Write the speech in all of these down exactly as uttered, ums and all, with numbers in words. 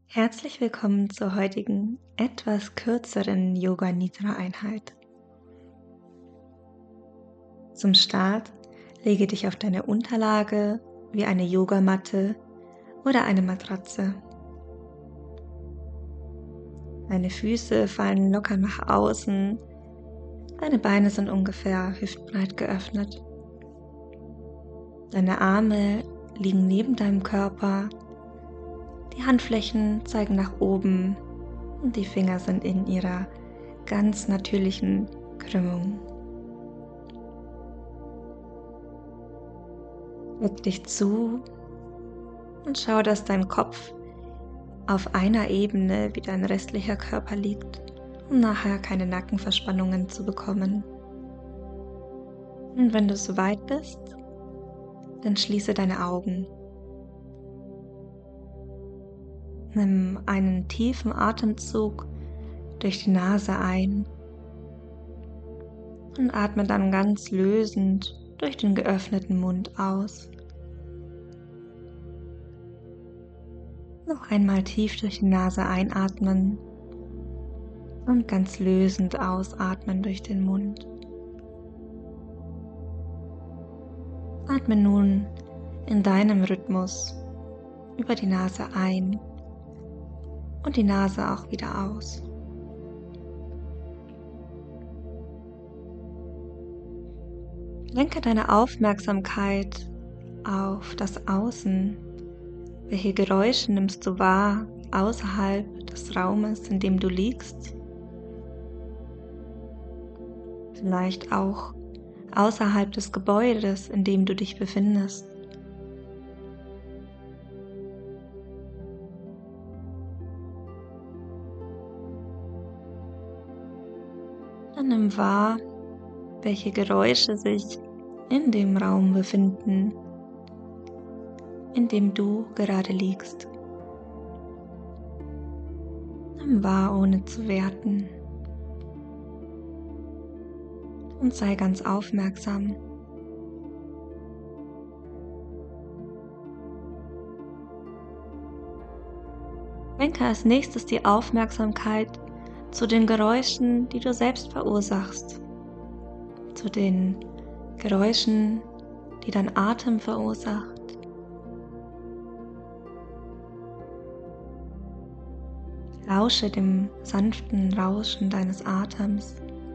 Herzlich willkommen zur heutigen, etwas kürzeren Yoga-Nidra-Einheit. Zum Start lege dich auf deine Unterlage wie eine Yogamatte oder eine Matratze. Deine Füße fallen locker nach außen, deine Beine sind ungefähr hüftbreit geöffnet. Deine Arme liegen neben deinem Körper. Die Handflächen zeigen nach oben und die Finger sind in ihrer ganz natürlichen Krümmung. Deck dich zu und schau, dass dein Kopf auf einer Ebene wie dein restlicher Körper liegt, um nachher keine Nackenverspannungen zu bekommen. Und wenn du soweit bist, dann schließe deine Augen. Nimm einen tiefen Atemzug durch die Nase ein und atme dann ganz lösend durch den geöffneten Mund aus. Noch einmal tief durch die Nase einatmen und ganz lösend ausatmen durch den Mund. Atme nun in deinem Rhythmus über die Nase ein und die Nase auch wieder aus. Lenke deine Aufmerksamkeit auf das Außen. Welche Geräusche nimmst du wahr außerhalb des Raumes, in dem du liegst? Vielleicht auch außerhalb des Gebäudes, in dem du dich befindest. Dann nimm wahr, welche Geräusche sich in dem Raum befinden, in dem du gerade liegst. Nimm wahr, ohne zu werten. Und sei ganz aufmerksam. Lenke als nächstes die Aufmerksamkeit zu den Geräuschen, die du selbst verursachst. Zu den Geräuschen, die dein Atem verursacht. Lausche dem sanften Rauschen deines Atems.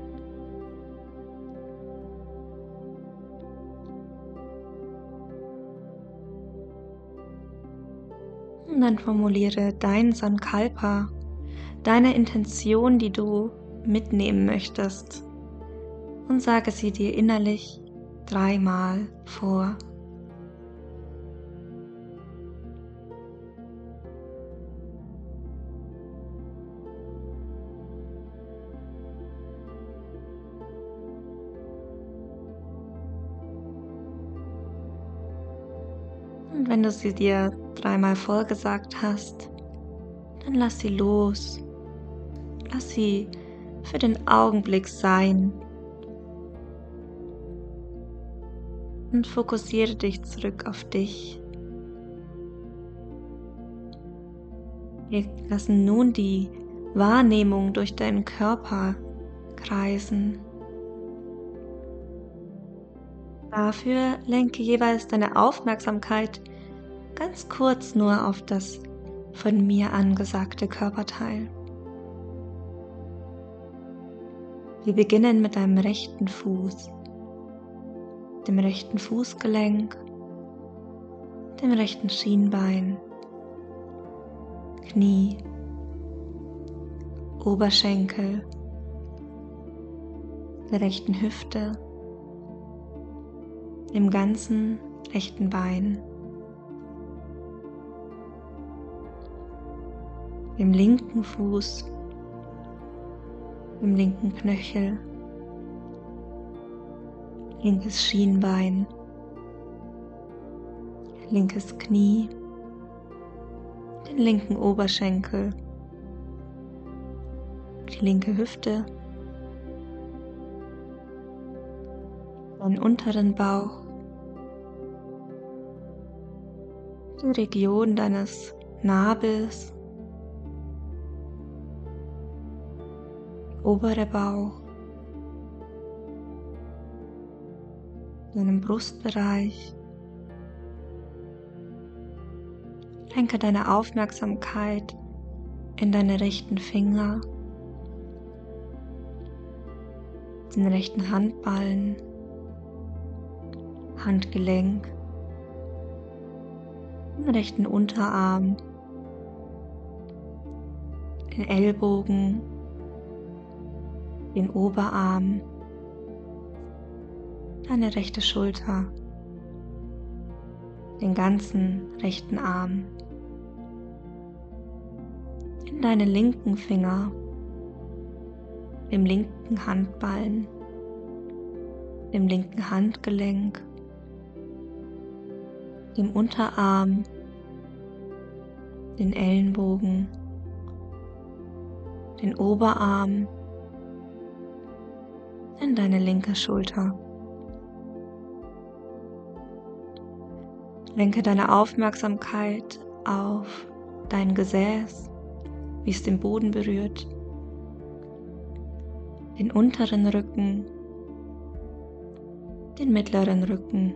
Und dann formuliere dein Sankalpa, deine Intention, die du mitnehmen möchtest, und sage sie dir innerlich dreimal vor. Und wenn du sie dir dreimal vorgesagt hast, dann lass sie los. Lass sie für den Augenblick sein. Und fokussiere dich zurück auf dich. Wir lassen nun die Wahrnehmung durch deinen Körper kreisen. Dafür lenke jeweils deine Aufmerksamkeit ganz kurz nur auf das von mir angesagte Körperteil. Wir beginnen mit deinem rechten Fuß, dem rechten Fußgelenk, dem rechten Schienbein, Knie, Oberschenkel, der rechten Hüfte, dem ganzen rechten Bein, dem linken Fuß, dem linken Knöchel, linkes Schienbein, linkes Knie, den linken Oberschenkel, die linke Hüfte, deinen unteren Bauch, die Region deines Nabels obere Bauch, deinem Brustbereich. Lenke deine Aufmerksamkeit in deine rechten Finger, den rechten Handballen, Handgelenk, den rechten Unterarm, den Ellbogen, den Oberarm, deine rechte Schulter, den ganzen rechten Arm, in deine linken Finger, dem linken Handballen, dem linken Handgelenk, dem Unterarm, den Ellenbogen, den Oberarm, in deine linke Schulter. Lenke deine Aufmerksamkeit auf dein Gesäß, wie es den Boden berührt, den unteren Rücken, den mittleren Rücken,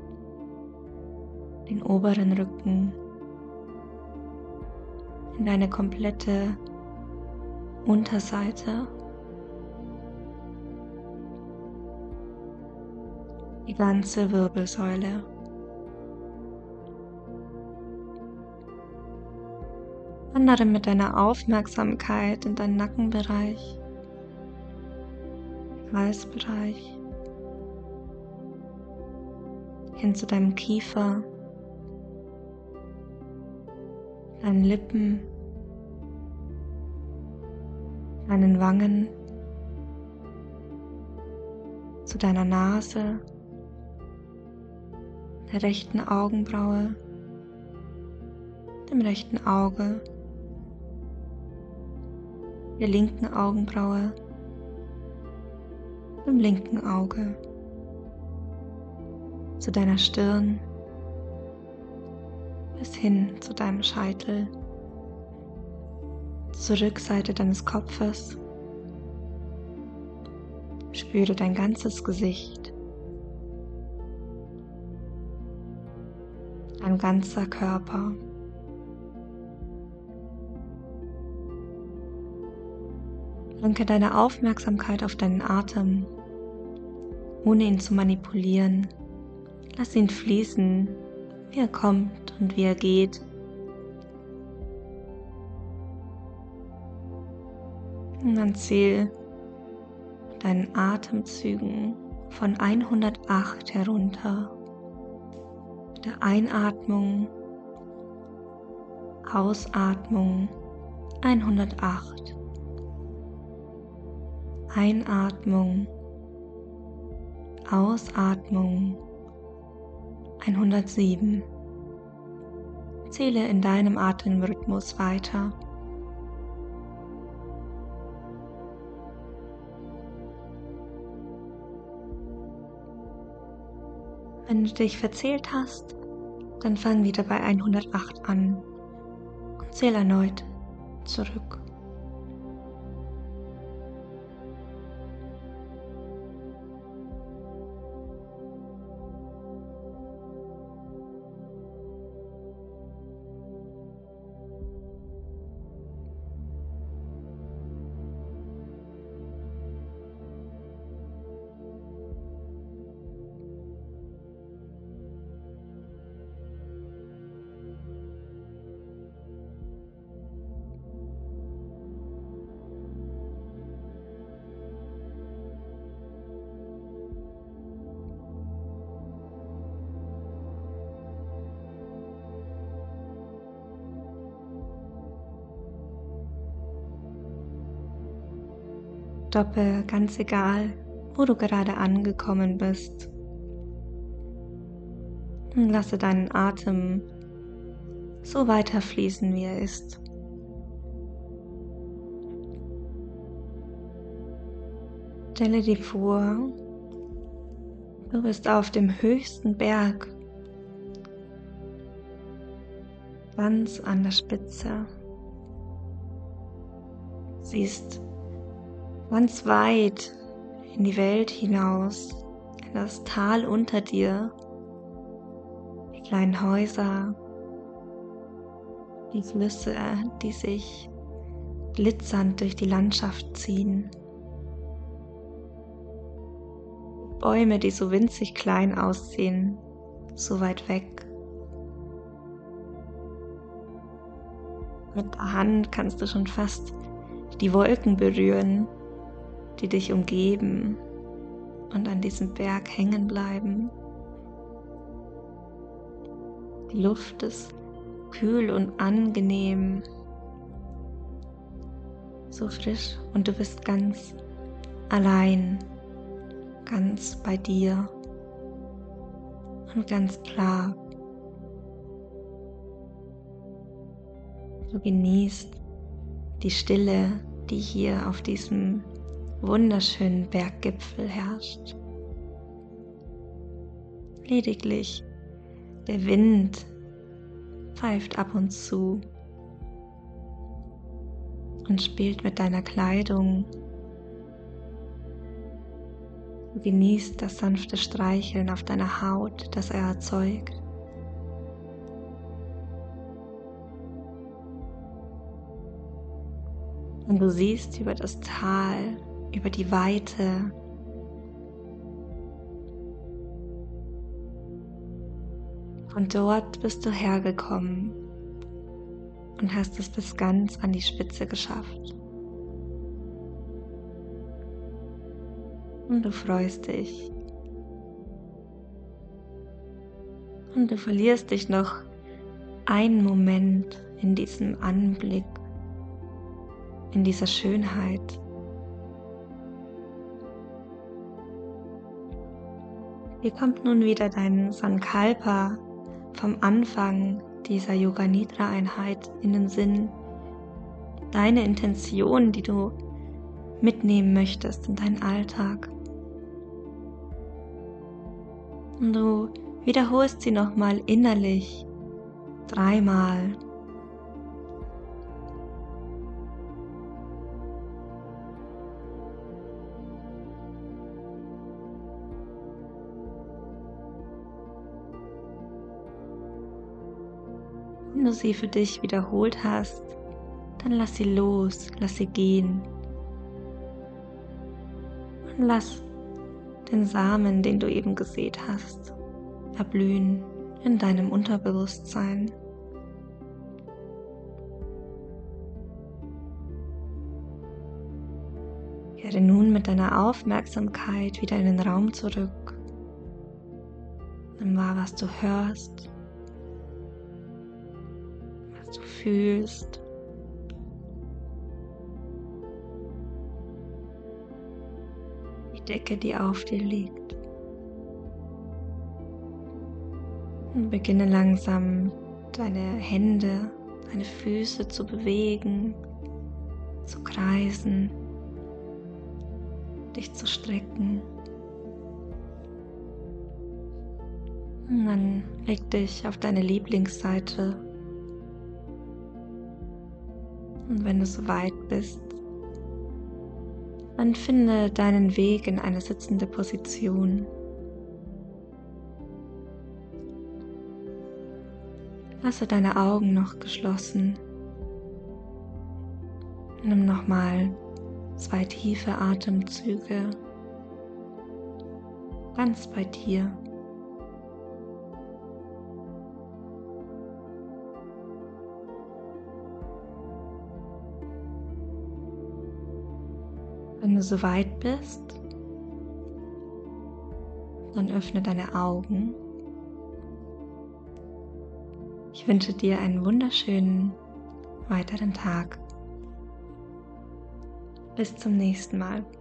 den oberen Rücken, in deine komplette Unterseite, die ganze Wirbelsäule. Wandere mit deiner Aufmerksamkeit in deinen Nackenbereich, Halsbereich, hin zu deinem Kiefer, deinen Lippen, deinen Wangen, zu deiner Nase, der rechten Augenbraue, dem rechten Auge, der linken Augenbraue, dem linken Auge, zu deiner Stirn, bis hin zu deinem Scheitel, zur Rückseite deines Kopfes. Spüre dein ganzes Gesicht, dein ganzer Körper. Lenke deine Aufmerksamkeit auf deinen Atem, ohne ihn zu manipulieren. Lass ihn fließen, wie er kommt und wie er geht. Und dann zähl deinen Atemzügen von hundertacht herunter. Mit der Einatmung, Ausatmung hundertacht. Einatmung, Ausatmung hundertsieben. Zähle in deinem Atemrhythmus weiter. Wenn du dich verzählt hast, dann fang wieder bei hundertacht an und zähl erneut zurück. Stoppe, ganz egal, wo du gerade angekommen bist. Und lasse deinen Atem so weiterfließen, wie er ist. Stelle dir vor, du bist auf dem höchsten Berg, ganz an der Spitze. Siehst ganz weit in die Welt hinaus, in das Tal unter dir, die kleinen Häuser, die Flüsse, die sich glitzernd durch die Landschaft ziehen, Bäume, die so winzig klein aussehen, so weit weg. Mit der Hand kannst du schon fast die Wolken berühren, die dich umgeben und an diesem Berg hängen bleiben. Die Luft ist kühl und angenehm, so frisch, und du bist ganz allein, ganz bei dir und ganz klar. Du genießt die Stille, die hier auf diesem wunderschönen Berggipfel herrscht. Lediglich der Wind pfeift ab und zu und spielt mit deiner Kleidung. Du genießt das sanfte Streicheln auf deiner Haut, das er erzeugt. Und du siehst über das Tal, über die Weite, von dort bist du hergekommen und hast es bis ganz an die Spitze geschafft. Und du freust dich. Und du verlierst dich noch einen Moment in diesem Anblick, in dieser Schönheit. Hier kommt nun wieder dein Sankalpa vom Anfang dieser Yoga Nidra Einheit in den Sinn. Deine Intention, die du mitnehmen möchtest in deinen Alltag. Und du wiederholst sie nochmal innerlich, dreimal. Wenn du sie für dich wiederholt hast, dann lass sie los, lass sie gehen. Und lass den Samen, den du eben gesät hast, erblühen in deinem Unterbewusstsein. Kehre nun mit deiner Aufmerksamkeit wieder in den Raum zurück. Nimm wahr, was du hörst, was du fühlst. Die Decke, die auf dir liegt. Und beginne langsam deine Hände, deine Füße zu bewegen, zu kreisen, dich zu strecken. Und dann leg dich auf deine Lieblingsseite. Und wenn du soweit bist, dann finde deinen Weg in eine sitzende Position. Lasse deine Augen noch geschlossen. Nimm nochmal zwei tiefe Atemzüge, ganz bei dir. Wenn du soweit bist, dann öffne deine Augen. Ich wünsche dir einen wunderschönen weiteren Tag. Bis zum nächsten Mal.